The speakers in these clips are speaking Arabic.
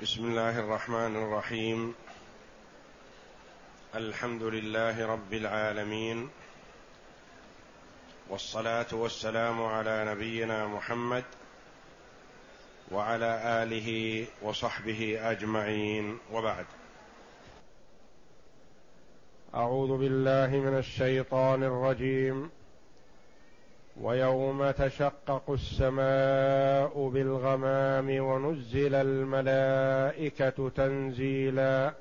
بسم الله الرحمن الرحيم. الحمد لله رب العالمين، والصلاة والسلام على نبينا محمد وعلى آله وصحبه أجمعين، وبعد. أعوذ بالله من الشيطان الرجيم. ويوم تشقق السماء بالغمام ونزل الملائكة تنزيلا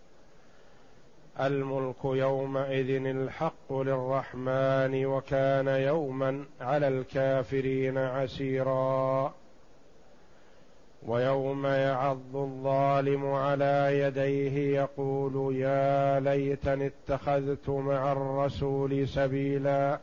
الملك يومئذ الحق للرحمن وكان يوما على الكافرين عسيرا. ويوم يعض الظالم على يديه يقول يا ليتني اتخذت مع الرسول سبيلا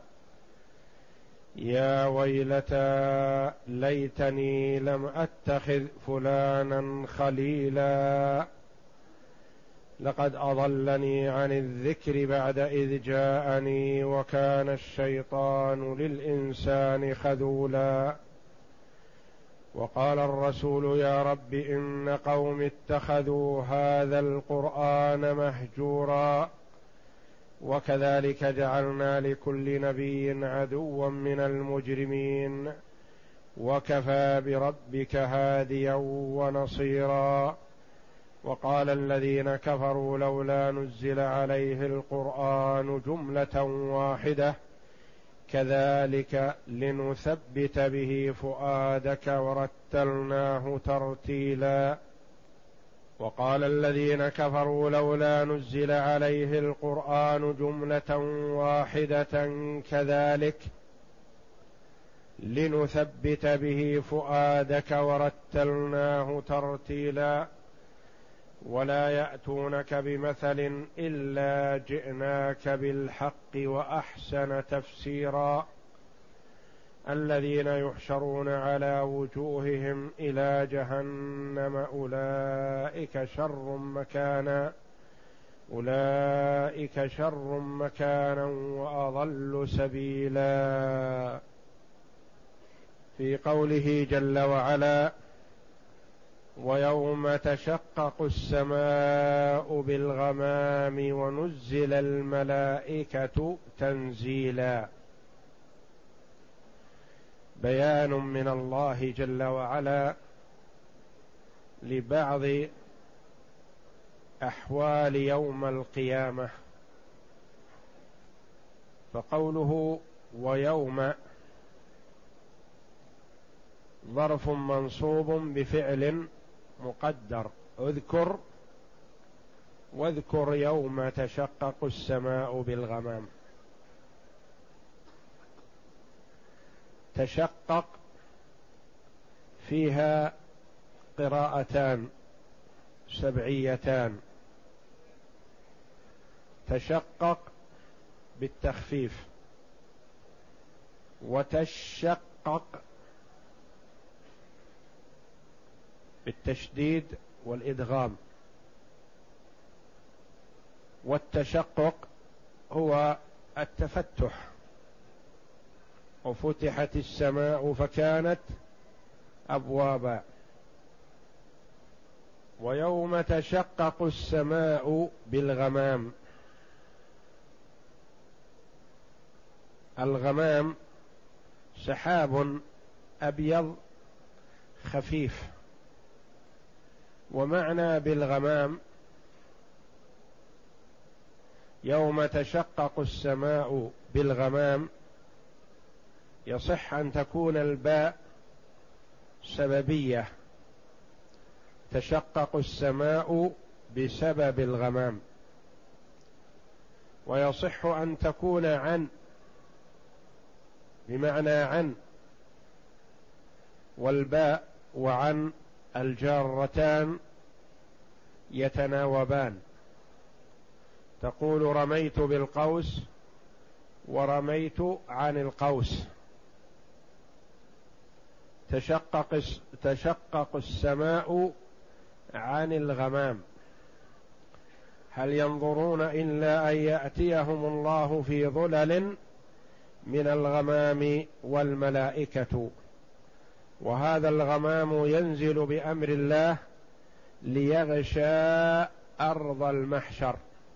يا ويلتى ليتني لم أتخذ فلانا خليلا لقد أضلني عن الذكر بعد إذ جاءني وكان الشيطان للإنسان خذولا. وقال الرسول يا رب إن قوم اتخذوا هذا القرآن مهجورا وكذلك جعلنا لكل نبي عدوا من المجرمين وكفى بربك هاديا ونصيرا. وقال الذين كفروا لولا نزل عليه القرآن جملة واحدة كذلك لنثبت به فؤادك ورتلناه ترتيلا. وقال الذين كفروا لولا نزل عليه القرآن جملة واحدة كذلك لنثبت به فؤادك ورتلناه ترتيلا. ولا يأتونك بمثل إلا جئناك بالحق وأحسن تفسيرا. الذين يحشرون على وجوههم إلى جهنم أولئك شر مكانا وأضل سبيلا. في قوله جل وعلا ويوم تشقق السماء بالغمام ونزل الملائكة تنزيلا، بيان من الله جل وعلا لبعض أحوال يوم القيامة. فقوله ويوم ظرف منصوب بفعل مقدر اذكر، واذكر يوم تشقق السماء بالغمام. تشقق فيها قراءتان سبعيتان، تشقق بالتخفيف، وتشقق بالتشديد والإدغام. والتشقق هو التفتح، وفتحت السماء فكانت أبوابا. ويوم تشقق السماء بالغمام، الغمام سحاب أبيض خفيف. ومعنى بالغمام يوم تشقق السماء بالغمام يصح أن تكون الباء سببية، تشقق السماء بسبب الغمام. ويصح أن تكون عن بمعنى عن، والباء وعن الجارتان يتناوبان. تقول رميت بالقوس ورميت عن القوس. تشقق السماء عن الغمام. هل ينظرون إلا أن يأتيهم الله في ظلل من الغمام والملائكة. وهذا الغمام ينزل بأمر الله ليغشى أرض المحشر.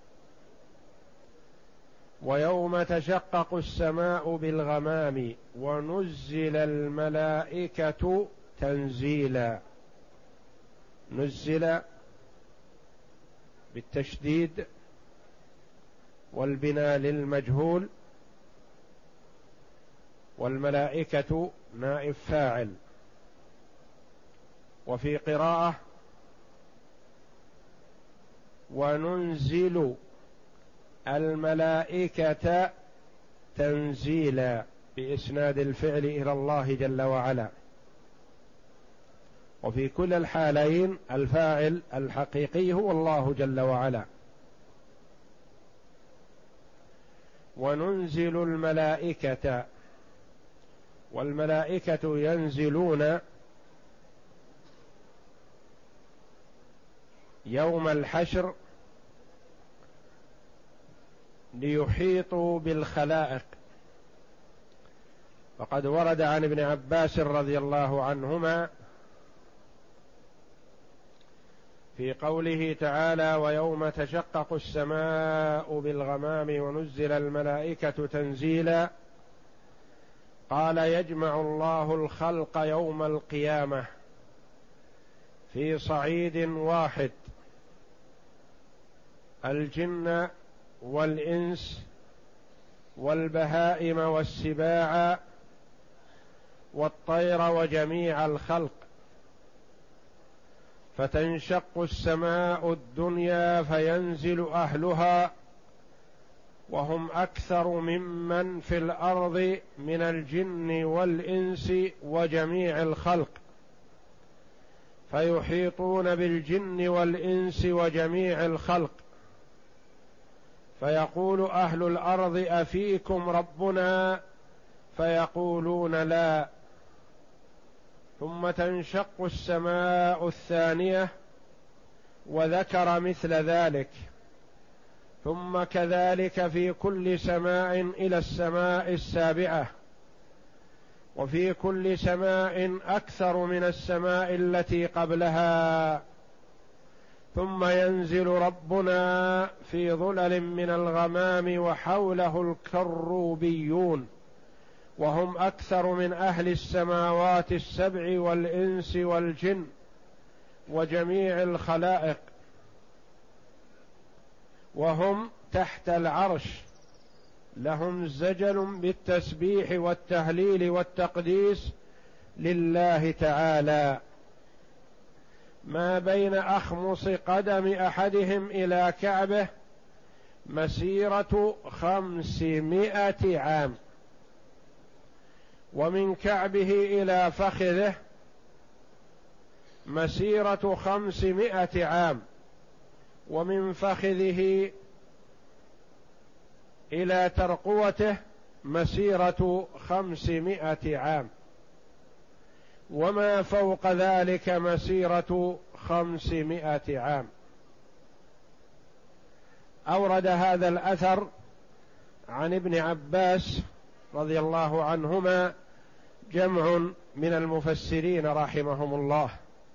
ويوم تشقق السماء بالغمام ونزل الملائكة تنزيلا. نزل بالتشديد والبناء للمجهول، والملائكة نائب فاعل. وفي قراءة وننزل الملائكة تنزيلا بإسناد الفعل إلى الله جل وعلا. وفي كل الحالين الفاعل الحقيقي هو الله جل وعلا. وننزل الملائكة، والملائكة ينزلون يوم الحشر ليحيطوا بالخلائق. وقد ورد عن ابن عباس رضي الله عنهما في قوله تعالى: ويوم تشقق السماء بالغمام ونزل الملائكة تنزيلا، قال: يجمع الله الخلق يوم القيامة في صعيد واحد، الجن والإنس والبهائم والسباع والطير وجميع الخلق، فتنشق السماء الدنيا فينزل أهلها وهم أكثر ممن في الأرض من الجن والإنس وجميع الخلق، فيحيطون بالجن والإنس وجميع الخلق، فيقول أهل الأرض: أفيكم ربنا؟ فيقولون: لا. ثم تنشق السماء الثانية وذكر مثل ذلك، ثم كذلك في كل سماء إلى السماء السابعة، وفي كل سماء أكثر من السماء التي قبلها، ثم ينزل ربنا في ظلل من الغمام وحوله الكروبيون، وهم أكثر من أهل السماوات السبع والإنس والجن وجميع الخلائق، وهم تحت العرش، لهم زجل بالتسبيح والتهليل والتقديس لله تعالى، ما بين أخمص قدم أحدهم إلى كعبه مسيرة 500 عام، ومن كعبه إلى فخذه مسيرة 500 عام، ومن فخذه إلى ترقوته مسيرة 500 عام، وما فوق ذلك مسيرة 500 عام. أورد هذا الأثر عن ابن عباس رضي الله عنهما جمع من المفسرين رحمهم الله،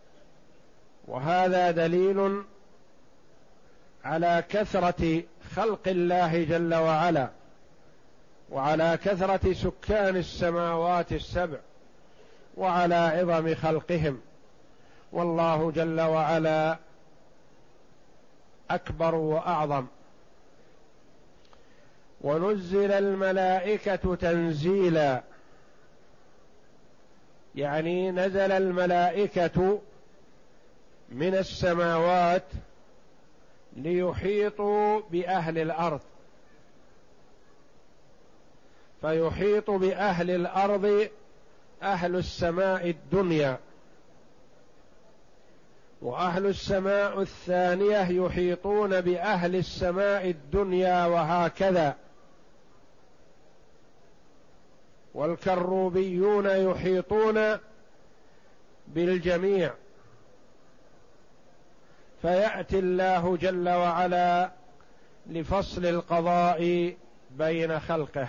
وهذا دليل على كثرة خلق الله جل وعلا، وعلى كثرة سكان السماوات السبع، وعلى عظم خلقهم، والله جل وعلا أكبر وأعظم. ونزل الملائكة تنزيلا، يعني نزل الملائكة من السماوات ليحيطوا بأهل الأرض، فيحيط بأهل الأرض أهل السماء الدنيا، وأهل السماء الثانية يحيطون بأهل السماء الدنيا، وهكذا. والكروبيون يحيطون بالجميع، فيأتي الله جل وعلا لفصل القضاء بين خلقه.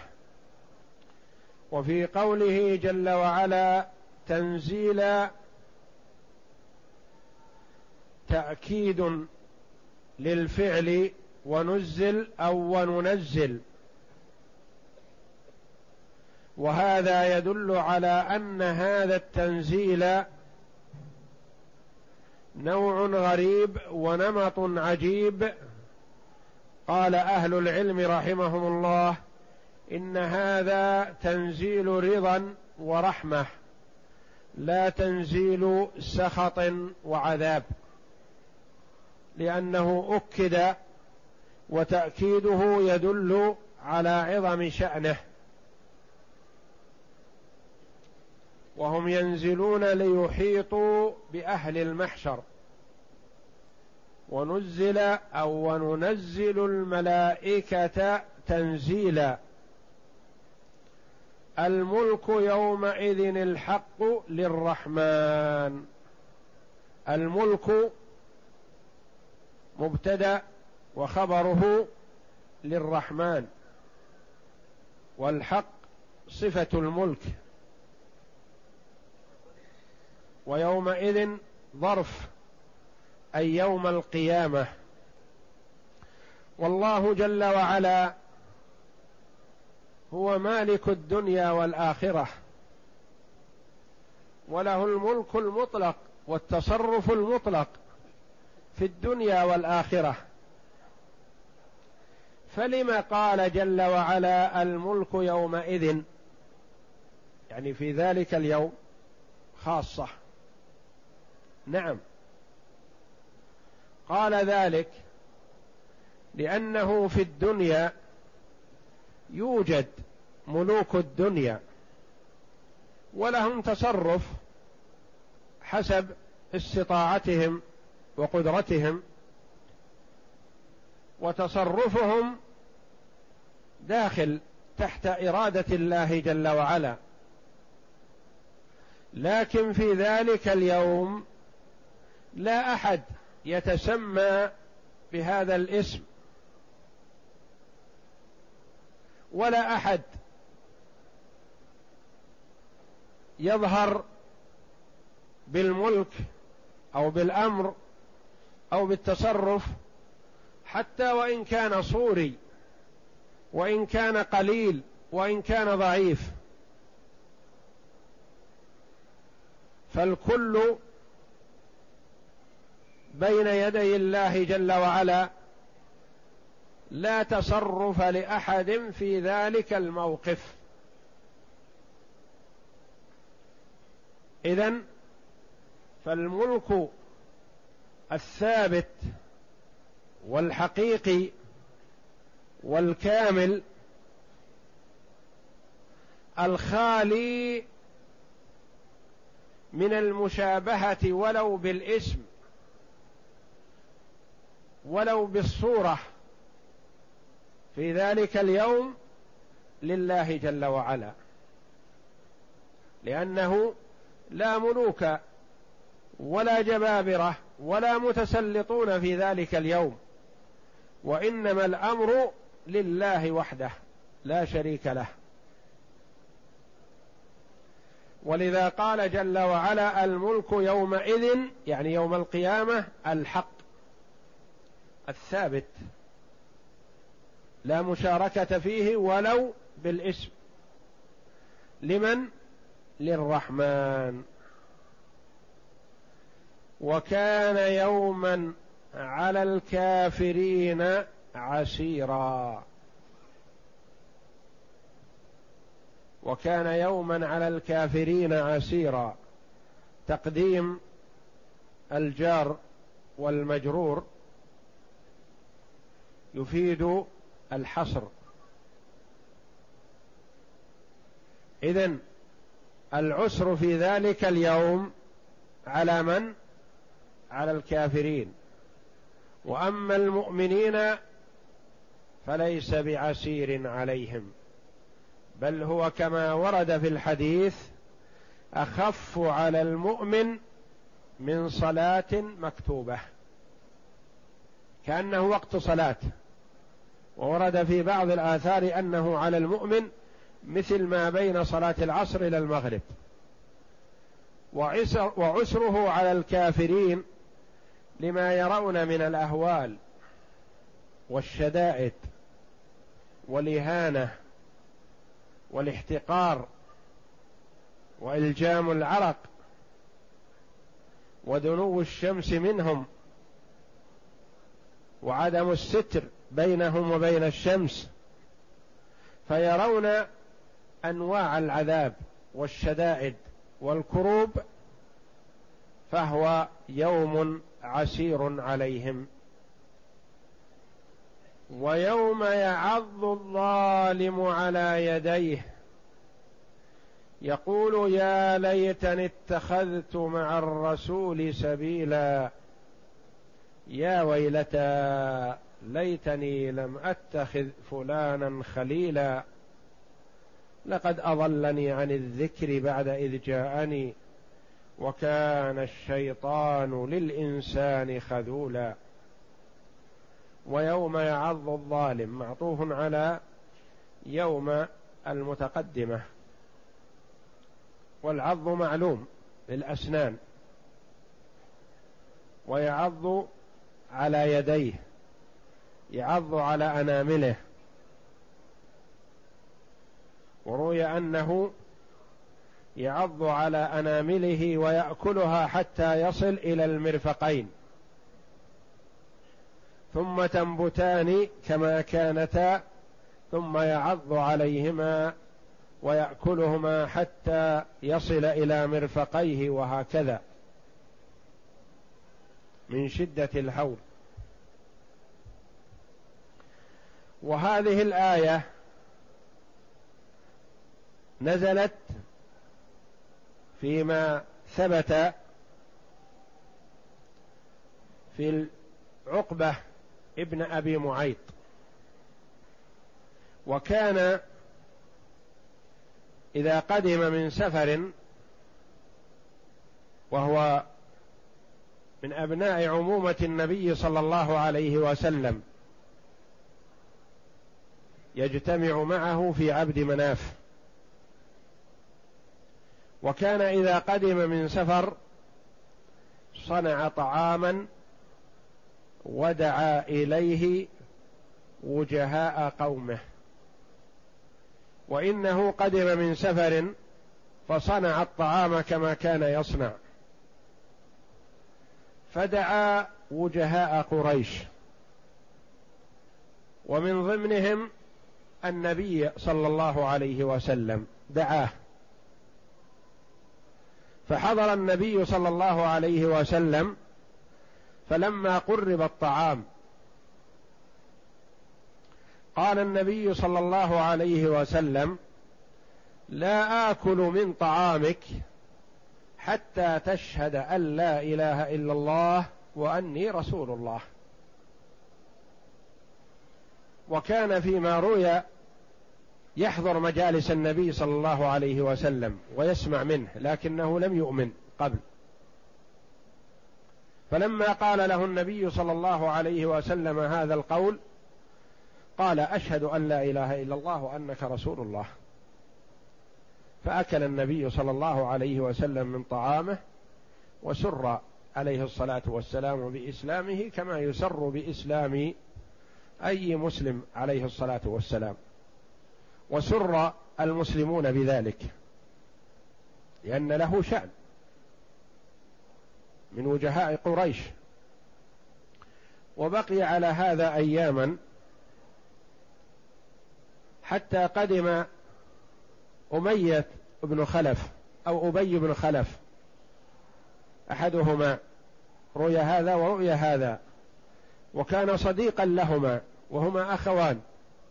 وفي قوله جل وعلا تنزيلا، تأكيد للفعل ونزل أو وننزل، وهذا يدل على أن هذا التنزيل نوع غريب ونمط عجيب. قال أهل العلم رحمهم الله إن هذا تنزيل رضا ورحمة، لا تنزيل سخط وعذاب، لأنه أكد، وتأكيده يدل على عظم شأنه. وهم ينزلون ليحيطوا بأهل المحشر، ونزل أو وننزل الملائكة تنزيلا. الملك يومئذ الحق للرحمن. الملك مبتدأ وخبره للرحمن، والحق صفة الملك، ويومئذ ظرف أي يوم القيامة. والله جل وعلا هو مالك الدنيا والآخرة، وله الملك المطلق والتصرف المطلق في الدنيا والآخرة. فلما قال جل وعلا الملك يومئذ، يعني في ذلك اليوم خاصة؟ نعم، قال ذلك لأنه في الدنيا يوجد ملوك الدنيا ولهم تصرف حسب استطاعتهم وقدرتهم، وتصرفهم داخل تحت إرادة الله جل وعلا. لكن في ذلك اليوم لا أحد يتسمى بهذا الاسم، ولا أحد يظهر بالملك أو بالأمر أو بالتصرف، حتى وإن كان صوري، وإن كان قليل، وإن كان ضعيف، فالكل بين يدي الله جل وعلا، لا تصرف لأحد في ذلك الموقف. إذن فالملك الثابت والحقيقي والكامل الخالي من المشابهة ولو بالاسم ولو بالصورة في ذلك اليوم لله جل وعلا، لأنه لا ملوك ولا جبابرة ولا متسلطون في ذلك اليوم، وإنما الأمر لله وحده لا شريك له. ولذا قال جل وعلا الملك يومئذ، يعني يوم القيامة، الحق الثابت، لا مشاركة فيه ولو بالاسم. لمن؟ للرحمن. وكان يوما على الكافرين عسيرا. وكان يوما على الكافرين عسيرا، تقديم الجار والمجرور يفيد الحصر. إذن العسر في ذلك اليوم على من؟ على الكافرين. وأما المؤمنين فليس بعسير عليهم، بل هو كما ورد في الحديث أخف على المؤمن من صلاة مكتوبة، كأنه وقت صلاة. وورد في بعض الآثار أنه على المؤمن مثل ما بين صلاة العصر إلى المغرب. وعسره على الكافرين لما يرون من الأهوال والشدائد والإهانة والاحتقار وإلجام العرق ودنو الشمس منهم وعدم الستر بينهم وبين الشمس، فيرون أنواع العذاب والشدائد والكروب، فهو يوم عسير عليهم. ويوم يعض الظالم على يديه يقول يا ليتني اتخذت مع الرسول سبيلا يا ويلتى ليتني لم أتخذ فلانا خليلا لقد أضلني عن الذكر بعد إذ جاءني وكان الشيطان للإنسان خذولا. ويوم يعض الظالم معطوف على يوم المتقدمة، والعض معلوم للأسنان، ويعض على يديه، يعض على أنامله، وروي أنه يعض على أنامله ويأكلها حتى يصل إلى المرفقين ثم تنبتان كما كانتا ثم يعض عليهما ويأكلهما حتى يصل إلى مرفقيه وهكذا من شدة الهول. وهذه الآية نزلت فيما ثبت في عقبة ابن أبي معيط، وكان إذا قدم من سفر وهو من أبناء عمومة النبي صلى الله عليه وسلم يجتمع معه في عبد مناف، وكان إذا قدم من سفر صنع طعاما ودعا إليه وجهاء قومه، وإنه قدم من سفر فصنع الطعام كما كان يصنع، فدعا وجهاء قريش ومن ضمنهم النبي صلى الله عليه وسلم دعاه، فحضر النبي صلى الله عليه وسلم، فلما قرب الطعام قال النبي صلى الله عليه وسلم لا آكل من طعامك حتى تشهد أن لا إله إلا الله وأني رسول الله. وكان فيما روي يحضر مجالس النبي صلى الله عليه وسلم ويسمع منه، لكنه لم يؤمن قبل، فلما قال له النبي صلى الله عليه وسلم هذا القول قال أشهد أن لا إله إلا الله وأنك رسول الله، فأكل النبي صلى الله عليه وسلم من طعامه وسر عليه الصلاة والسلام بإسلامه كما يسر بإسلام أي مسلم عليه الصلاة والسلام، وسر المسلمون بذلك لأن له شأن من وجهاء قريش. وبقي على هذا أياما حتى قدم أمية بن خلف أو أبي بن خلف، أحدهما رؤي هذا ورؤي هذا، وكان صديقا لهما وهما أخوان،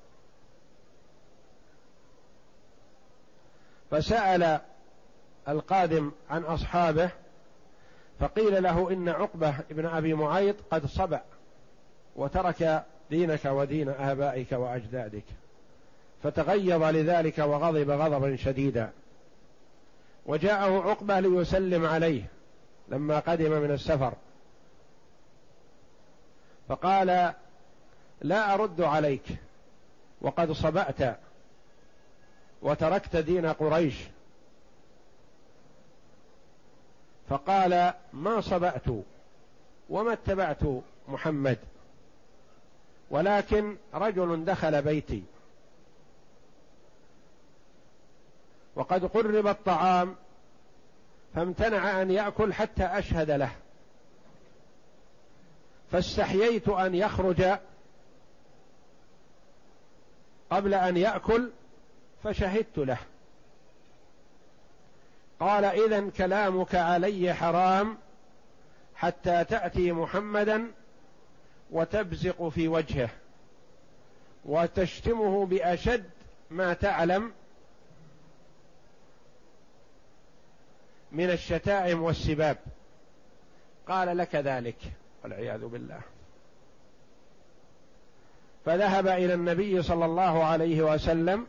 فسأل القادم عن أصحابه فقيل له إن عقبة ابن أبي معيط قد صبأ وترك دينك ودين آبائك وأجدادك، فتغيظ لذلك وغضب غضبا شديدا، وجاءه عقبة ليسلم عليه لما قدم من السفر، فقال لا أرد عليك وقد صبأت وتركت دين قريش، فقال ما صبأت وما اتبعت محمد، ولكن رجل دخل بيتي وقد قرب الطعام فامتنع أن يأكل حتى أشهد له، فاستحييت أن يخرج قبل أن يأكل فشهدت له. قال: إذن كلامك علي حرام حتى تأتي محمدا وتبزق في وجهه وتشتمه بأشد ما تعلم من الشتائم والسباب. قال: لك ذلك، والعياذ بالله. فذهب إلى النبي صلى الله عليه وسلم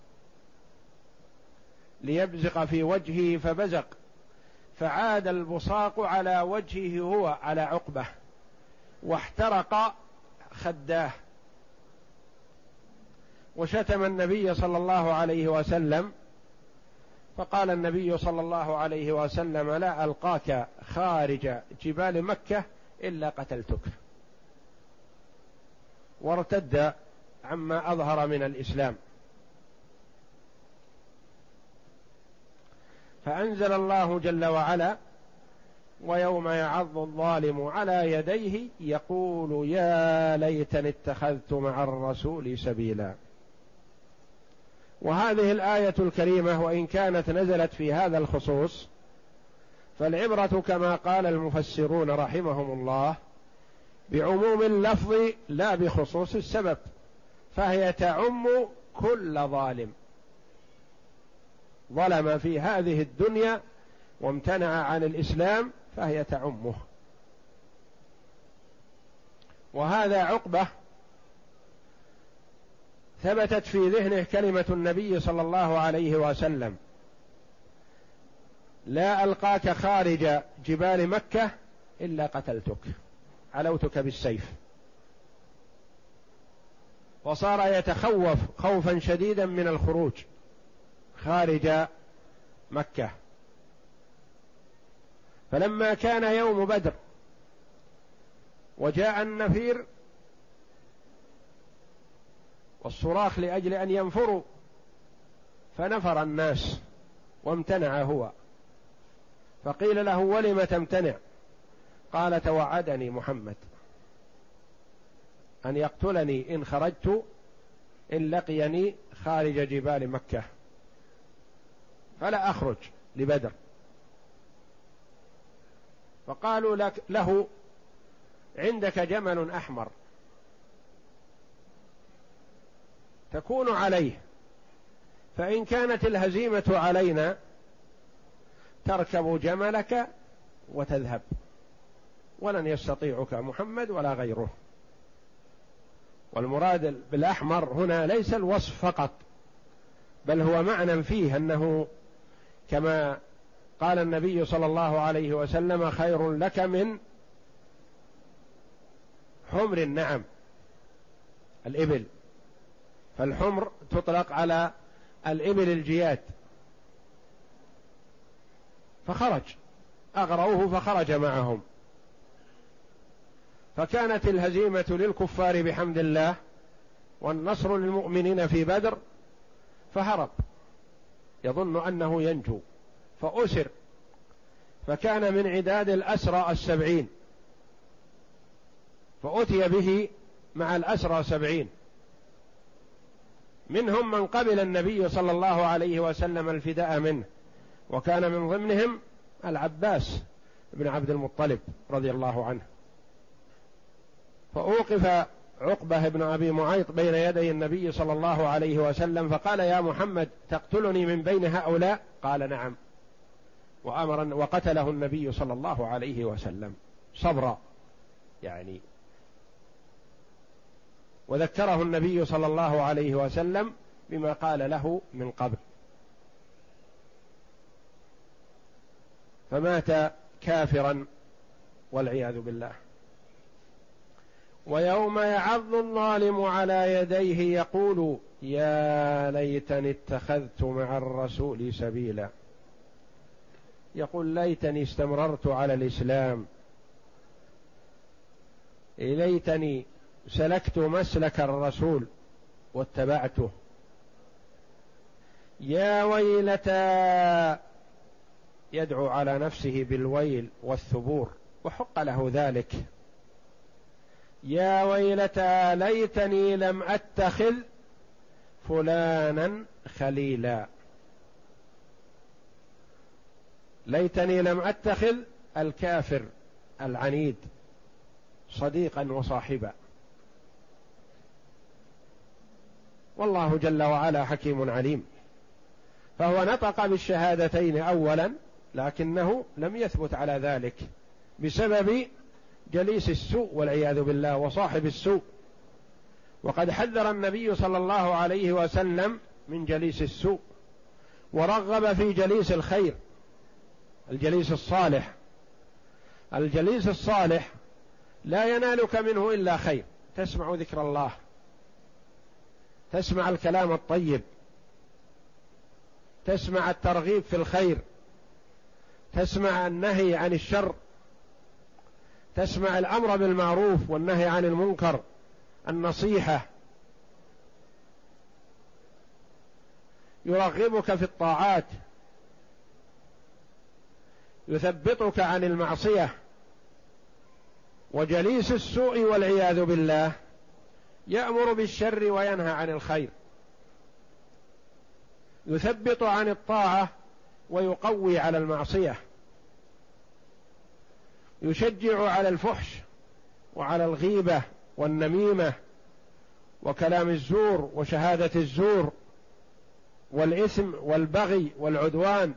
ليبزق في وجهه فبزق، فعاد البصاق على وجهه هو على عقبة واحترق خداه، وشتم النبي صلى الله عليه وسلم. فقال النبي صلى الله عليه وسلم: لا ألقاك خارج جبال مكة إلا قتلتك، وارتد عما أظهر من الإسلام. فأنزل الله جل وعلا: ويوم يعض الظالم على يديه يقول يا ليتني اتخذت مع الرسول سبيلا. وهذه الآية الكريمة وإن كانت نزلت في هذا الخصوص، فالعبرة كما قال المفسرون رحمهم الله بعموم اللفظ لا بخصوص السبب، فهي تعم كل ظالم ظلم في هذه الدنيا وامتنع عن الإسلام، فهي تعمه. وهذا عقبة ثبتت في ذهنه كلمة النبي صلى الله عليه وسلم: لا ألقاك خارج جبال مكة إلا قتلتك، علوتك بالسيف. وصار يتخوف خوفا شديدا من الخروج خارج مكة. فلما كان يوم بدر وجاء النفير والصراخ لأجل أن ينفروا، فنفر الناس وامتنع هو، فقيل له: ولم تمتنع؟ قال: توعدني محمد أن يقتلني إن خرجت إن لقيني خارج جبال مكة، فلا أخرج لبدر. فقالوا له: عندك جمل أحمر تكون عليه، فإن كانت الهزيمة علينا تركب جملك وتذهب، ولن يستطيعك محمد ولا غيره. والمراد بالأحمر هنا ليس الوصف فقط، بل هو معنى فيه أنه كما قال النبي صلى الله عليه وسلم: خير لك من حمر النعم، الإبل، فالحمر تطلق على الإبل الجياد. فخرج، أغروه فخرج معهم، فكانت الهزيمة للكفار بحمد الله والنصر للمؤمنين في بدر، فهرب يظن أنه ينجو فأسر، فكان من عداد الأسرى 70، فأتي به مع الأسرى 70، منهم من قبل النبي صلى الله عليه وسلم الفداء منه، وكان من ضمنهم العباس بن عبد المطلب رضي الله عنه. فأوقف عقبة بن أبي معيط بين يدي النبي صلى الله عليه وسلم فقال: يا محمد تقتلني من بين هؤلاء؟ قال: نعم. وقتله النبي صلى الله عليه وسلم صبرا يعني. وذكره النبي صلى الله عليه وسلم بما قال له من قبل، فمات كافرا والعياذ بالله. ويوم يعض الظالم على يديه يقول يا ليتني اتخذت مع الرسول سبيلا، يقول ليتني استمررت على الإسلام ليتني سلكت مسلك الرسول واتبعته. يا ويلتى، يدعو على نفسه بالويل والثبور، وحق له ذلك. يا ويلتى ليتني لم أتخذ فلانا خليلا. ليتني لم أتخذ الكافر العنيد صديقا وصاحبا. والله جل وعلا حكيم عليم، فهو نطق بالشهادتين أولا، لكنه لم يثبت على ذلك بسبب جليس السوء والعياذ بالله وصاحب السوء. وقد حذر النبي صلى الله عليه وسلم من جليس السوء، ورغب في جليس الخير، الجليس الصالح. الجليس الصالح لا ينالك منه إلا خير، تسمع ذكر الله، تسمع الكلام الطيب، تسمع الترغيب في الخير، تسمع النهي عن الشر، تسمع الأمر بالمعروف والنهي عن المنكر، النصيحة، يرغبك في الطاعات، يثبطك عن المعصية. وجليس السوء والعياذ بالله يأمر بالشر وينهى عن الخير، يثبط عن الطاعة ويقوي على المعصية، يشجع على الفحش وعلى الغيبة والنميمة وكلام الزور وشهادة الزور والإثم والبغي والعدوان،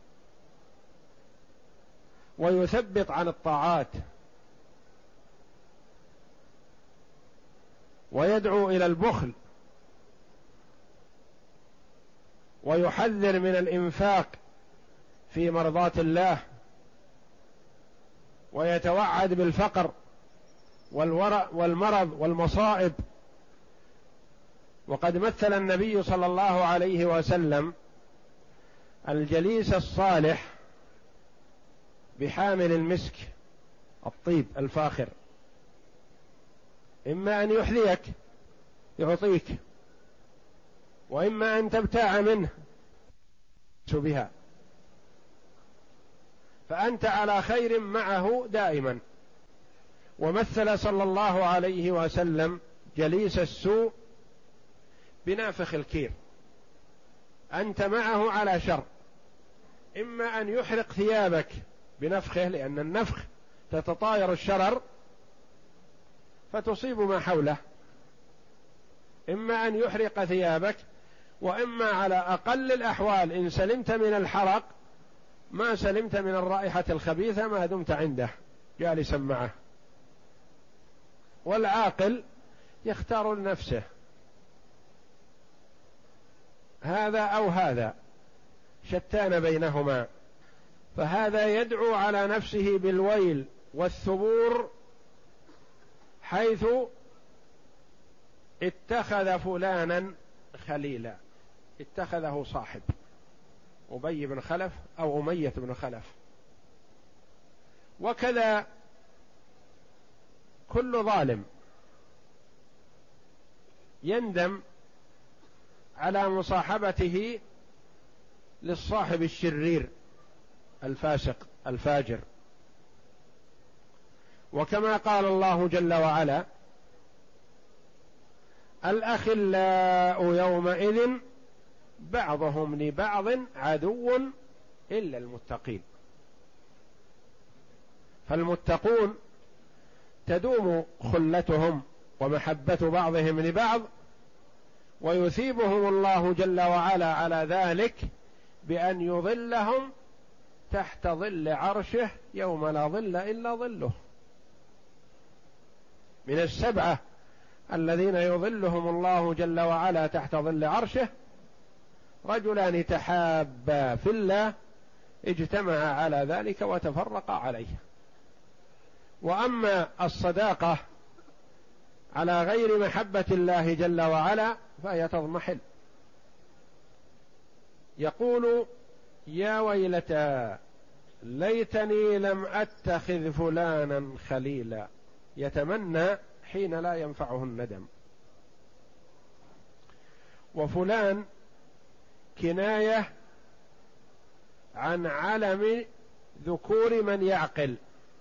ويثبط عن الطاعات، ويدعو إلى البخل، ويحذر من الإنفاق في مرضاة الله، ويتوعد بالفقر والمرض والمصائب. وقد مثل النبي صلى الله عليه وسلم الجليس الصالح بحامل المسك، الطيب الفاخر، إما أن يحذيك يعطيك، وإما أن تبتاع منه بها، فأنت على خير معه دائما. ومثل صلى الله عليه وسلم جليس السوء بنافخ الكير، أنت معه على شر، إما أن يحرق ثيابك بنفخه، لأن النفخ تتطاير الشرر فتصيب ما حوله، إما أن يحرق ثيابك، وإما على أقل الأحوال إن سلمت من الحرق ما سلمت من الرائحة الخبيثة ما دمت عنده جالسا معه. والعاقل يختار لنفسه هذا أو هذا، شتان بينهما. فهذا يدعو على نفسه بالويل والثبور حيث اتخذ فلانا خليلا، اتخذه صاحب، أبي بن خلف أو أمية بن خلف. وكذا كل ظالم يندم على مصاحبته للصاحب الشرير الفاسق الفاجر. وكما قال الله جل وعلا: الأخلاء يومئذ بعضهم لبعض عدو إلا المتقين. فالمتقون تدوم خلتهم ومحبة بعضهم لبعض، ويثيبهم الله جل وعلا على ذلك بأن يظلهم تحت ظل عرشه يوم لا ظل إلا ظله. من السبعة الذين يظلهم الله جل وعلا تحت ظل عرشه رجلان تحابا في الله اجتمعا على ذلك وتفرقا عليه. وأما الصداقة على غير محبة الله جل وعلا فهي تضمحل. يقول: يا ويلتى ليتني لم أتخذ فلانا خليلا. يتمنى حين لا ينفعه الندم. وفلان كناية عن علم ذكور من يعقل،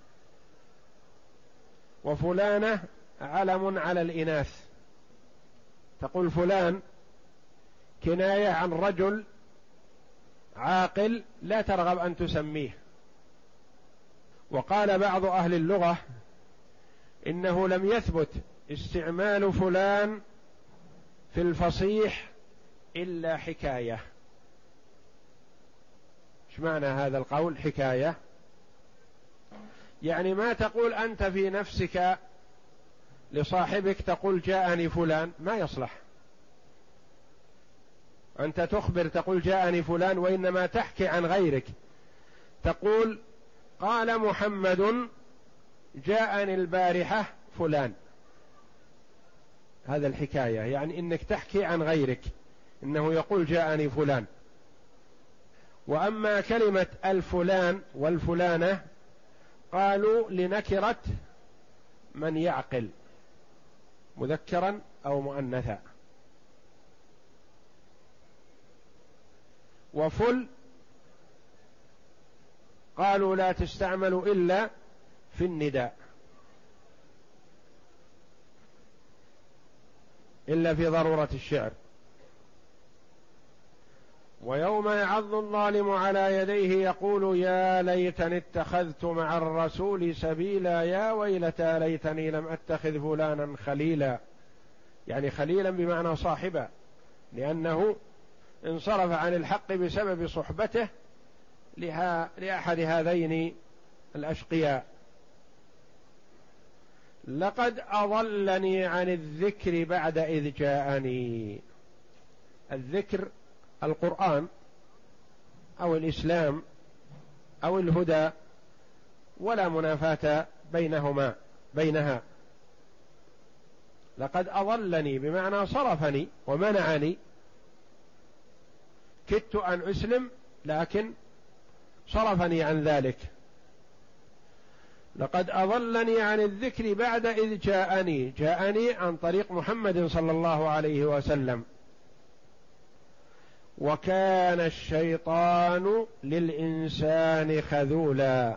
وفلانة علم على الإناث. تقول فلان كناية عن رجل عاقل لا ترغب أن تسميه. وقال بعض أهل اللغة إنه لم يثبت استعمال فلان في الفصيح إلا حكاية. ايش معنى هذا القول حكاية؟ يعني ما تقول أنت في نفسك لصاحبك تقول جاءني فلان، ما يصلح. أنت تخبر تقول جاءني فلان، وإنما تحكي عن غيرك، تقول قال محمد جاءني البارحة فلان. هذا الحكاية، يعني إنك تحكي عن غيرك إنه يقول جاءني فلان. وأما كلمة الفلان والفلانة قالوا لنكرة من يعقل مذكرا أو مؤنثا. وفل قالوا لا تستعمل إلا في النداء، إلا في ضرورة الشعر. ويوم يعض الظالم على يديه يقول يا ليتني اتخذت مع الرسول سبيلا يا ويلتى ليتني لم أتخذ فلانا خليلا، يعني خليلا بمعنى صاحبا، لأنه انصرف عن الحق بسبب صحبته لأحد هذين الأشقياء. لقد أضلني عن الذكر بعد إذ جاءني. الذكر القرآن أو الإسلام أو الهدى، ولا منافاة بينها. لقد أضلني بمعنى صرفني ومنعني، كدت أن أسلم لكن صرفني عن ذلك. لقد أضلني عن الذكر بعد إذ جاءني عن طريق محمد صلى الله عليه وسلم. وكان الشيطان للإنسان خذولا.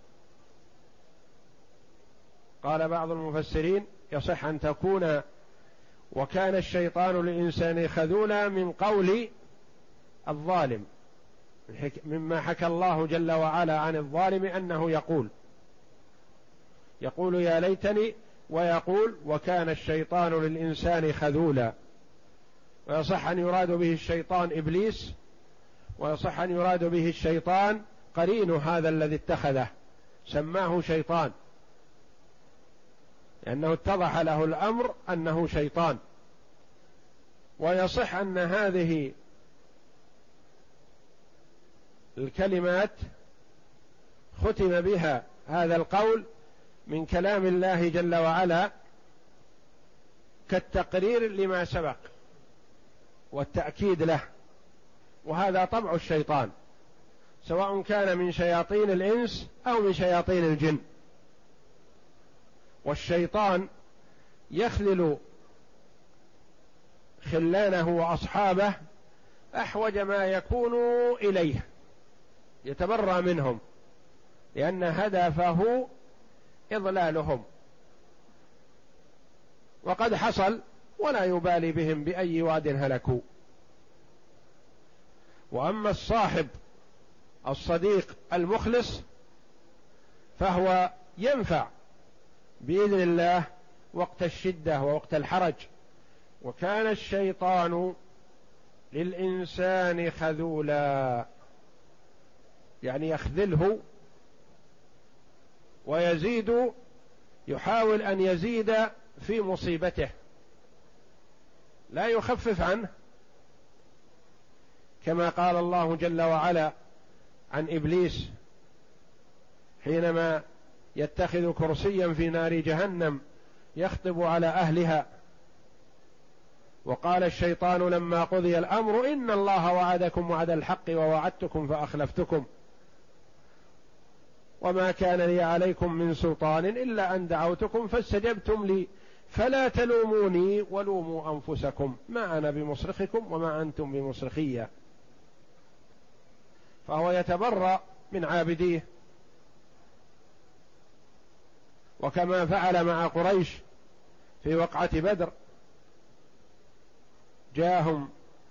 قال بعض المفسرين يصح أن تكون وكان الشيطان للإنسان خذولا من قول الظالم، مما حكى الله جل وعلا عن الظالم أنه يقول يا ليتني، ويقول وكان الشيطان للإنسان خذولا. ويصح أن يراد به الشيطان إبليس، ويصح أن يراد به الشيطان قرين هذا الذي اتخذه سماه شيطان، لأنه اتضح له الأمر أنه شيطان. ويصح أن هذه الكلمات ختم بها هذا القول من كلام الله جل وعلا كالتقرير لما سبق والتأكيد له، وهذا طبع الشيطان سواء كان من شياطين الإنس أو من شياطين الجن. والشيطان يخذل خلانه وأصحابه أحوج ما يكون إليه، يتبرأ منهم، لأن هدفه إضلالهم، وقد حصل ولا يبالي بهم بأي واد هلكوا. وأما الصاحب الصديق المخلص فهو ينفع بإذن الله وقت الشدة ووقت الحرج. وكان الشيطان للإنسان خذولا، يعني يخذله ويزيد، يحاول أن يزيد في مصيبته لا يخفف عنه، كما قال الله جل وعلا عن إبليس حينما يتخذ كرسيا في نار جهنم يخطب على أهلها. وقال الشيطان لما قضي الأمر إن الله وعدكم وعد الحق ووعدتكم فأخلفتكم وما كان لي عليكم من سلطان إلا أن دعوتكم فاستجبتم لي فلا تلوموني ولوموا أنفسكم ما أنا بمصرخكم وما أنتم بمصرخية. فهو يتبرأ من عابديه، وكما فعل مع قريش في وقعة بدر، جاءهم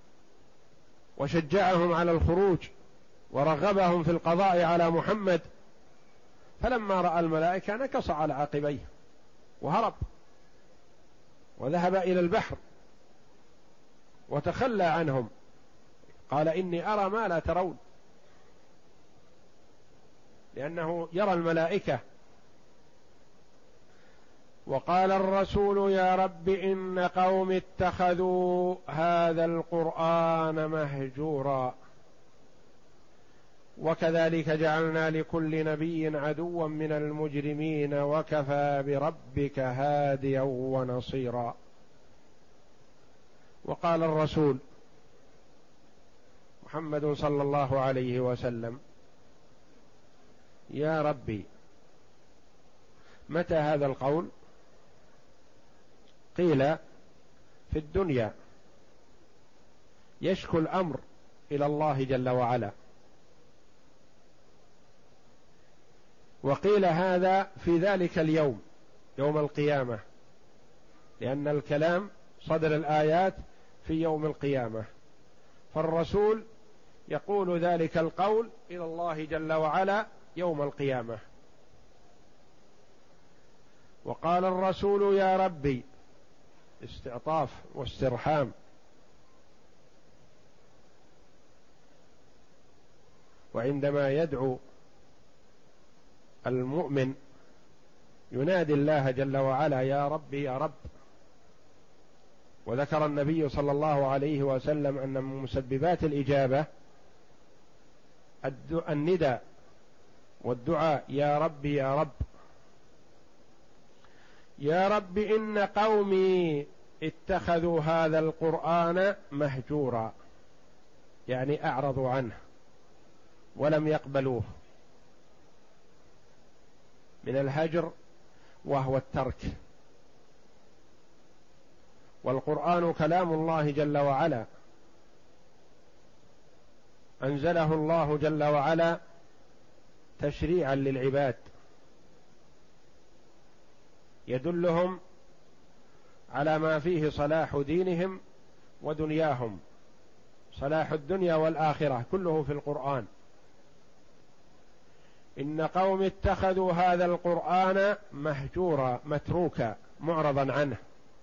وشجعهم على الخروج ورغبهم في القضاء على محمد، فلما رأى الملائكة نكص على عقبيه وهرب وذهب إلى البحر وتخلى عنهم، قال إني أرى ما لا ترون، لأنه يرى الملائكة. وقال الرسول يا رب إن قوم اتخذوا هذا القرآن مهجورا وكذلك جعلنا لكل نبي عدوا من المجرمين وكفى بربك هاديا ونصيرا. وقال الرسول محمد صلى الله عليه وسلم يا ربي متى هذا القول؟ قيل في الدنيا يشكو الأمر إلى الله جل وعلا، وقيل هذا في ذلك اليوم يوم القيامة، لأن الكلام صدر الآيات في يوم القيامة، فالرسول يقول ذلك القول إلى الله جل وعلا يوم القيامة. وقال الرسول يا ربي استعطاف واسترحام، وعندما يدعو المؤمن ينادي الله جل وعلا يا ربي يا رب. وذكر النبي صلى الله عليه وسلم أن من مسببات الإجابة النداء والدعاء يا ربي يا رب. يا رب إن قومي اتخذوا هذا القرآن مهجورا، يعني أعرضوا عنه ولم يقبلوه، من الهجر وهو الترك. والقرآن كلام الله جل وعلا، أنزله الله جل وعلا تشريعا للعباد، يدلهم على ما فيه صلاح دينهم ودنياهم، صلاح الدنيا والآخرة كله في القرآن. إن قوم اتخذوا هذا القرآن مهجورا، متروكا، معرضا عنه.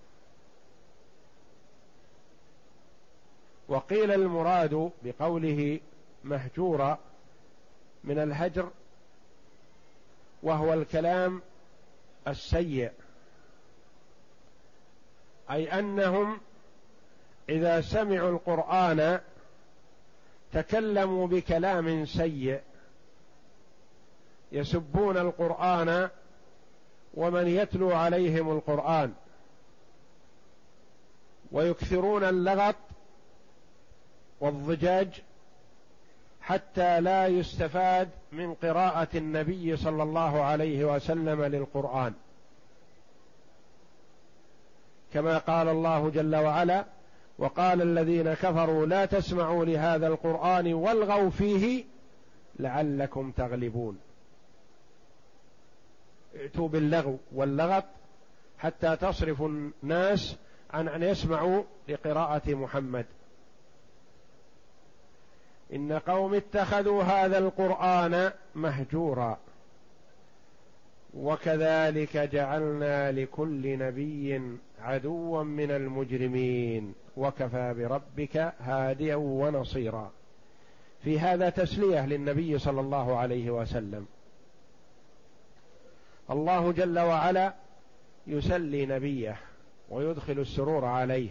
وقيل المراد بقوله مهجورا من الهجر وهو الكلام السيء، أي أنهم إذا سمعوا القرآن تكلموا بكلام سيء، يسبون القرآن ومن يتلو عليهم القرآن، ويكثرون اللغط والضجاج حتى لا يستفاد من قراءة النبي صلى الله عليه وسلم للقرآن، كما قال الله جل وعلا وقال الذين كفروا لا تسمعوا لهذا القرآن والغوا فيه لعلكم تغلبون. ائتوا باللغو واللغط حتى تصرف الناس عن أن يسمعوا لقراءة محمد. إن قوم اتخذوا هذا القرآن مهجورا وكذلك جعلنا لكل نبي عدوا من المجرمين وكفى بربك هاديا ونصيرا. في هذا تسلية للنبي صلى الله عليه وسلم. الله جل وعلا يسلي نبيه ويدخل السرور عليه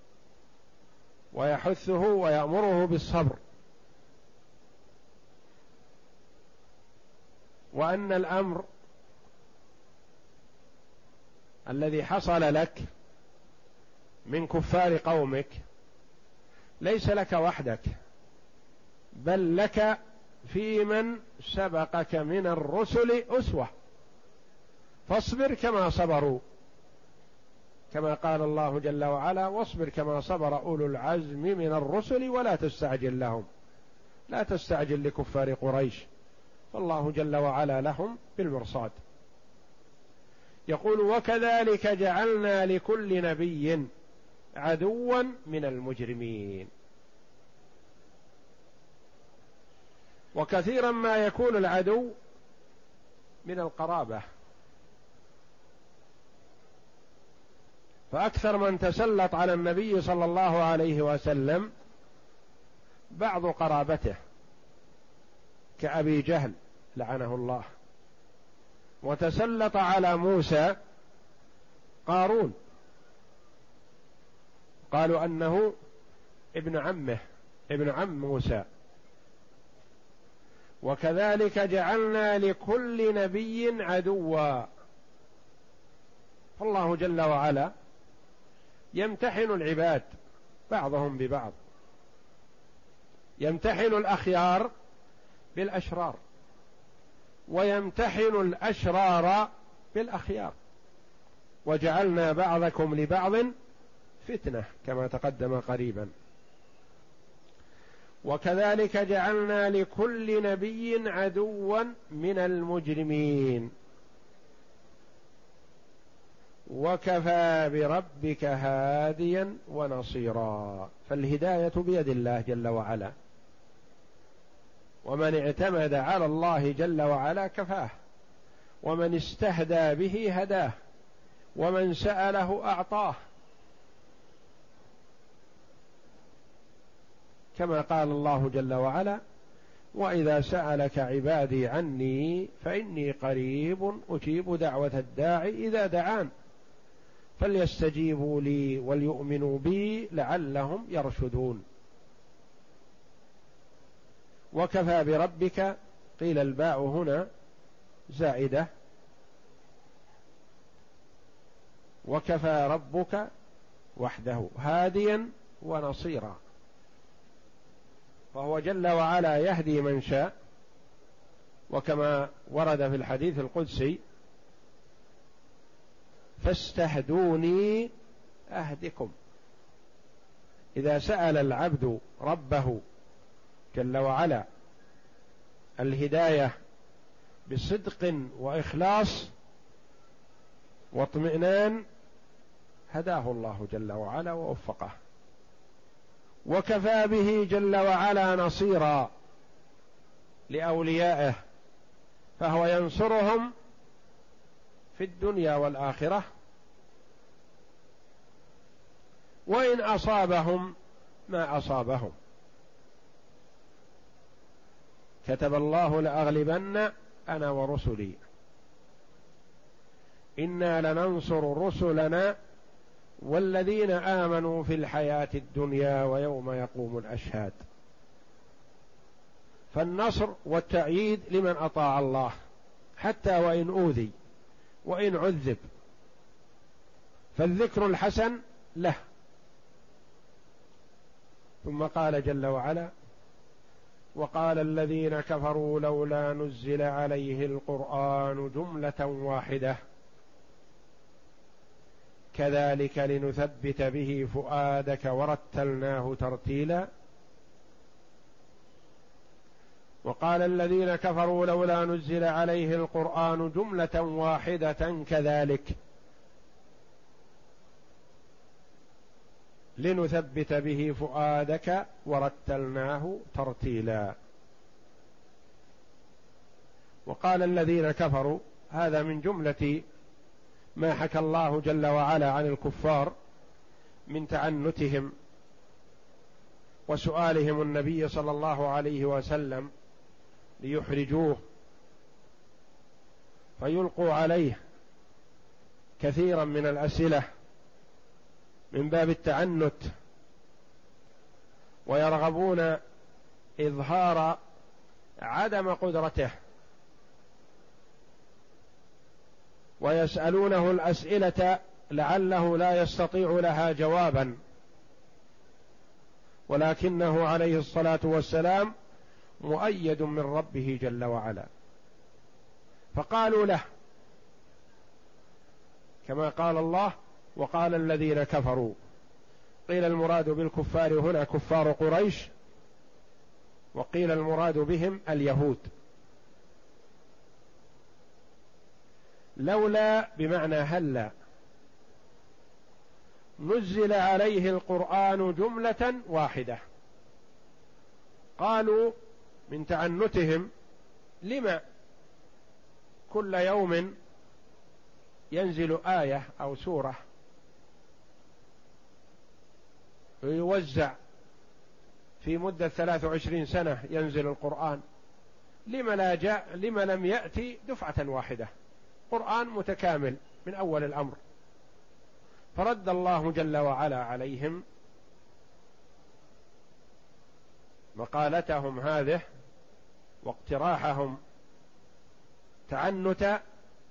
ويحثه ويأمره بالصبر، وأن الأمر الذي حصل لك من كفار قومك ليس لك وحدك، بل لك في من سبقك من الرسل أسوة، فاصبر كما صبروا، كما قال الله جل وعلا: واصبر كما صبر أولو العزم من الرسل ولا تستعجل لهم. لا تستعجل لكفار قريش، فالله جل وعلا لهم بالمرصاد. يقول: وكذلك جعلنا لكل نبي عدوا من المجرمين. وكثيرا ما يكون العدو من القرابة، فأكثر من تسلط على النبي صلى الله عليه وسلم بعض قرابته كأبي جهل لعنه الله، وتسلط على موسى قارون، قالوا أنه ابن عمه، ابن عم موسى. وكذلك جعلنا لكل نبي عدوا، فالله جل وعلا يمتحن العباد بعضهم ببعض، يمتحن الأخيار بالأشرار، ويمتحن الأشرار بالأخيار، وجعلنا بعضكم لبعض فتنة كما تقدم قريبا. وكذلك جعلنا لكل نبي عدوا من المجرمين وكفى بربك هاديا ونصيرا. فالهداية بيد الله جل وعلا، ومن اعتمد على الله جل وعلا كفاه، ومن استهدى به هداه، ومن سأله أعطاه، كما قال الله جل وعلا: وإذا سألك عبادي عني فإني قريب أجيب دعوة الداعي إذا دعان فليستجيبوا لي وليؤمنوا بي لعلهم يرشدون. وكفى بربك، قيل الباء هنا زائدة، وكفى ربك وحده هاديا ونصيرا، فهو جل وعلا يهدي من شاء، وكما ورد في الحديث القدسي: فاستهدوني أهدكم. إذا سأل العبد ربه جل وعلا الهداية بصدق وإخلاص واطمئنان هداه الله جل وعلا ووفقه. وكفى به جل وعلا نصيرا لأوليائه، فهو ينصرهم في الدنيا والآخرة، وإن أصابهم ما أصابهم. كتب الله: لأغلبن أنا ورسلي إنا لننصر رسلنا والذين آمنوا في الحياة الدنيا ويوم يقوم الأشهاد. فالنصر والتأييد لمن أطاع الله حتى وإن أوذي وإن عذب، فالذكر الحسن له. ثم قال جل وعلا: وقال الذين كفروا لولا نزل عليه القرآن جملة واحدة كذلك لنثبت به فؤادك ورتلناه ترتيلا. وقال الذين كفروا لولا نزل عليه القرآن جملة واحدة كذلك لنثبت به فؤادك ورتلناه ترتيلا. وقال الذين كفروا، هذا من جملة ما حكى الله جل وعلا عن الكفار من تعنتهم وسؤالهم النبي صلى الله عليه وسلم ليحرجوه فيلقوا عليه كثيرا من الأسئلة من باب التعنت، ويرغبون إظهار عدم قدرته، ويسألونه الأسئلة لعله لا يستطيع لها جوابا، ولكنه عليه الصلاة والسلام مؤيد من ربه جل وعلا. فقالوا له كما قال الله: وقال الذين كفروا. قيل المراد بالكفار هنا كفار قريش، وقيل المراد بهم اليهود. لولا بمعنى هلا نزل عليه القرآن جملة واحدة. قالوا من تعنتهم: لما كل يوم ينزل آية أو سورة ويوزع في مدة 23 سنة ينزل القرآن، لما لم يأتي دفعة واحدة قرآن متكامل من أول الأمر؟ فرد الله جل وعلا عليهم مقالتهم هذه واقتراحهم تعنتا،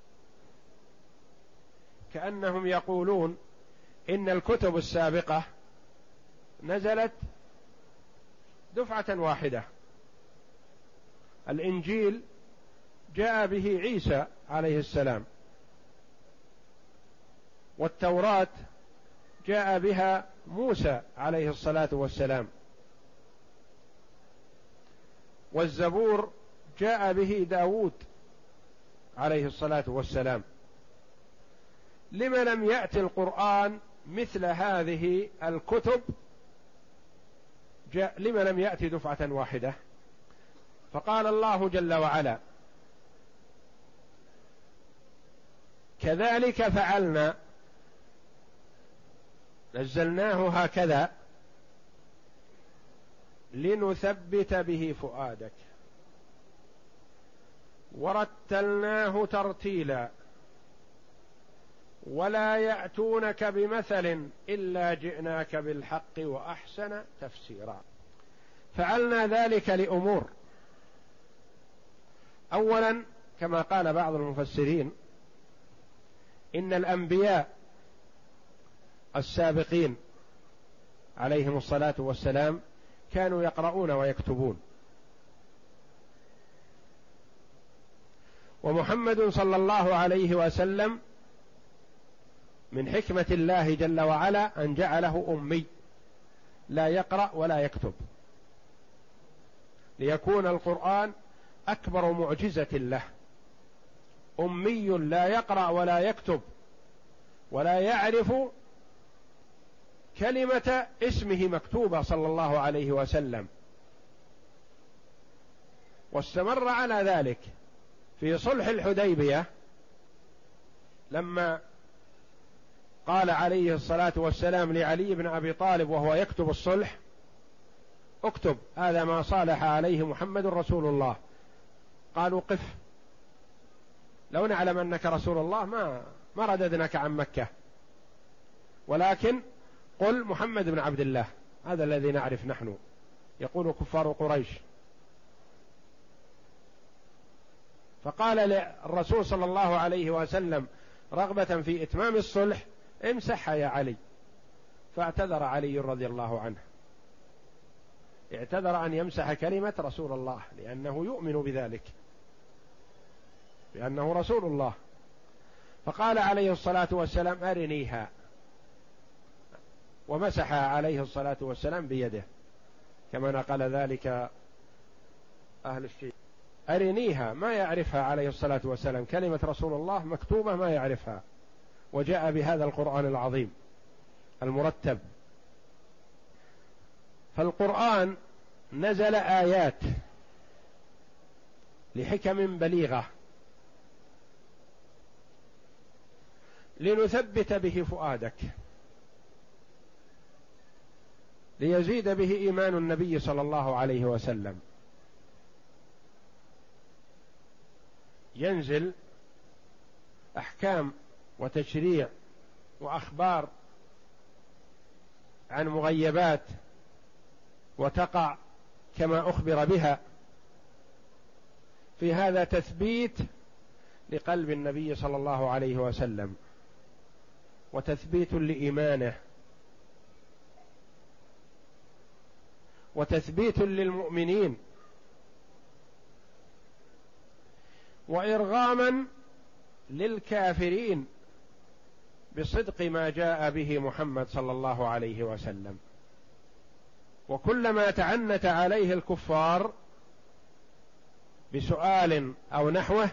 كأنهم يقولون إن الكتب السابقة نزلت دفعة واحدة. الإنجيل جاء به عيسى عليه السلام، والتوراة جاء بها موسى عليه الصلاة والسلام، والزبور جاء به داود عليه الصلاة والسلام. لم لم يأتي القرآن مثل هذه الكتب؟ لم لم يأتي دفعة واحدة؟ فقال الله جل وعلا: كذلك فعلنا، نزلناه هكذا لنثبت به فؤادك ورتلناه ترتيلا ولا يأتونك بمثل إلا جئناك بالحق وأحسن تفسيرا. فعلنا ذلك لأمور: أولا كما قال بعض المفسرين إن الأنبياء السابقين عليهم الصلاة والسلام كانوا يقرؤون ويكتبون، ومحمد صلى الله عليه وسلم من حكمة الله جل وعلا أن جعله أمي لا يقرأ ولا يكتب، ليكون القرآن أكبر معجزة له. أمي لا يقرأ ولا يكتب ولا يعرف كلمة اسمه مكتوبة صلى الله عليه وسلم، واستمر على ذلك في صلح الحديبية لما قال عليه الصلاة والسلام لعلي بن أبي طالب وهو يكتب الصلح: اكتب هذا ما صالح عليه محمد رسول الله. قالوا: قف، لو نعلم أنك رسول الله ما رددناك عن مكة، ولكن قل محمد بن عبد الله، هذا الذي نعرف نحن، يقول كفار قريش. فقال للرسول صلى الله عليه وسلم رغبة في إتمام الصلح: امسحها يا علي. فاعتذر علي رضي الله عنه، اعتذر أن يمسح كلمة رسول الله لأنه يؤمن بذلك بأنه رسول الله. فقال عليه الصلاة والسلام: أرنيها، ومسحها عليه الصلاة والسلام بيده كما نقل ذلك أهل الشيء. أرنيها، ما يعرفها عليه الصلاة والسلام، كلمة رسول الله مكتوبة ما يعرفها، وجاء بهذا القرآن العظيم المرتب. فالقرآن نزل آيات لحكم بليغة لنثبت به فؤادك، ليزيد به إيمان النبي صلى الله عليه وسلم. ينزل أحكام وتشريع وأخبار عن مغيبات وتقع كما أخبر بها، في هذا تثبيت لقلب النبي صلى الله عليه وسلم وتثبيت لإيمانه وتثبيت للمؤمنين وإرغاما للكافرين بصدق ما جاء به محمد صلى الله عليه وسلم. وكلما تعنت عليه الكفار بسؤال أو نحوه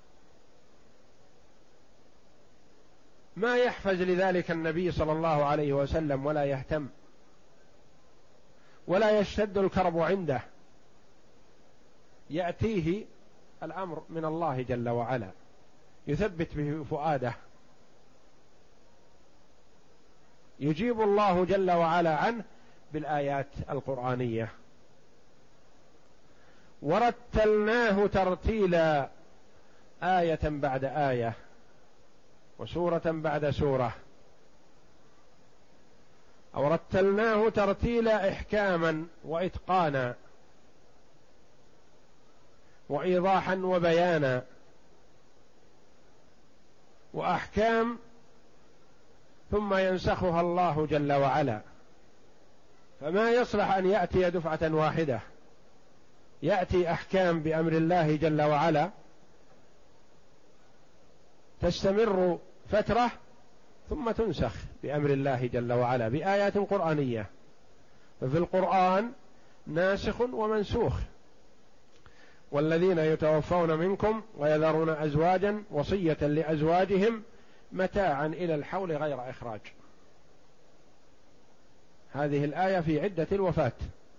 ما يحفز لذلك النبي صلى الله عليه وسلم ولا يهتم ولا يشتد الكرب عنده، يأتيه الأمر من الله جل وعلا يثبت به فؤاده، يجيب الله جل وعلا عنه بالآيات القرآنية. ورتلناه ترتيلا، آية بعد آية وسورة بعد سورة. أو رتلناه ترتيلا إحكاما وإتقانا وإيضاحا وبيانا وأحكام ثم ينسخها الله جل وعلا. فما يصلح أن يأتي دفعة واحدة، يأتي أحكام بأمر الله جل وعلا تستمر فترة ثم تنسخ بأمر الله جل وعلا بآيات قرآنية. ففي القرآن ناسخ ومنسوخ. والذين يتوفون منكم ويذرون أزواجا وصية لأزواجهم متاعا إلى الحول غير إخراج. هذه الآية في عدة الوفاة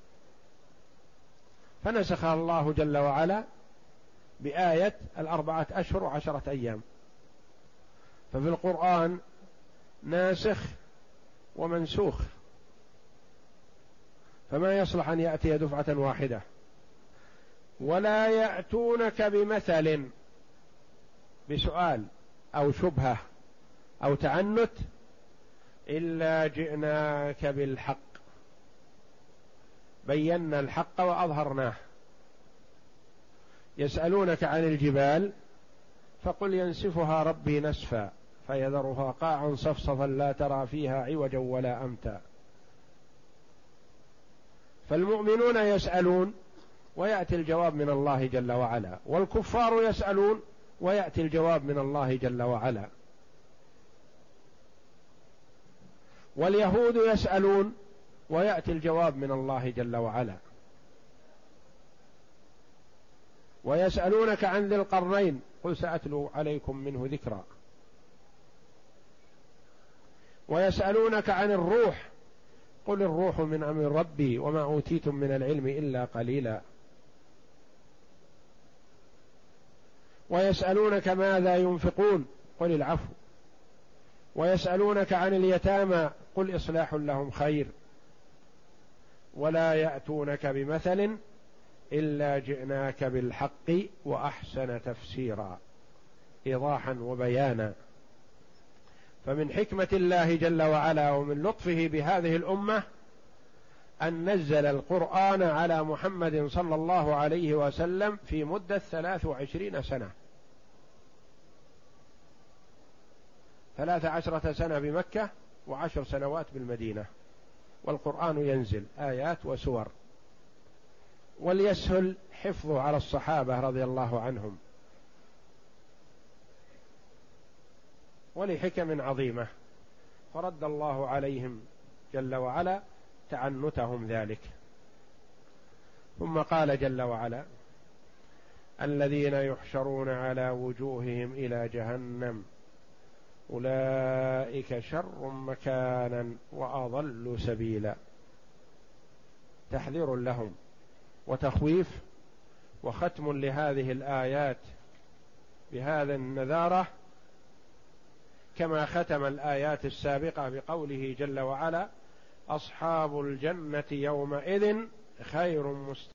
فنسخها الله جل وعلا بآية 4 أشهر و10 أيام. ففي القرآن ناسخ ومنسوخ، فما يصلح أن يأتي دفعة واحدة. ولا يأتونك بمثل، بسؤال أو شبهة أو تعنت، إلا جئناك بالحق، بينا الحق وأظهرناه. يسألونك عن الجبال فقل ينسفها ربي نسفا فيذرها قاعا صفصفا لا ترى فيها عوجا ولا أمتا. فالمؤمنون يسألون ويأتي الجواب من الله جل وعلا، والكفار يسألون ويأتي الجواب من الله جل وعلا، واليهود يسألون ويأتي الجواب من الله جل وعلا. ويسألونك عن ذي القرنين قل سأتلو عليكم منه ذكرا. ويسألونك عن الروح قل الروح من أمر ربي وما أوتيتم من العلم إلا قليلا. ويسألونك ماذا ينفقون قل العفو. ويسألونك عن اليتامى قل إصلاح لهم خير. ولا يأتونك بمثل إلا جئناك بالحق وأحسن تفسيرا، إيضاحا وبيانا. فمن حكمة الله جل وعلا ومن لطفه بهذه الأمة أن نزل القرآن على محمد صلى الله عليه وسلم في مدة 23 سنة، 13 سنة بمكة و10 سنوات بالمدينة، والقرآن ينزل آيات وسور، وليسهل حفظه على الصحابة رضي الله عنهم، ولحكم عظيمة، فرد الله عليهم جل وعلا تعنتهم ذلك. ثم قال جل وعلا الذين يحشرون على وجوههم إلى جهنم أولئك شر مكانا وأضل سبيلا. تحذير لهم وتخويف وختم لهذه الآيات بهذا النذارة، كما ختم الآيات السابقة بقوله جل وعلا أصحاب الجنة يومئذ خير مستقيم.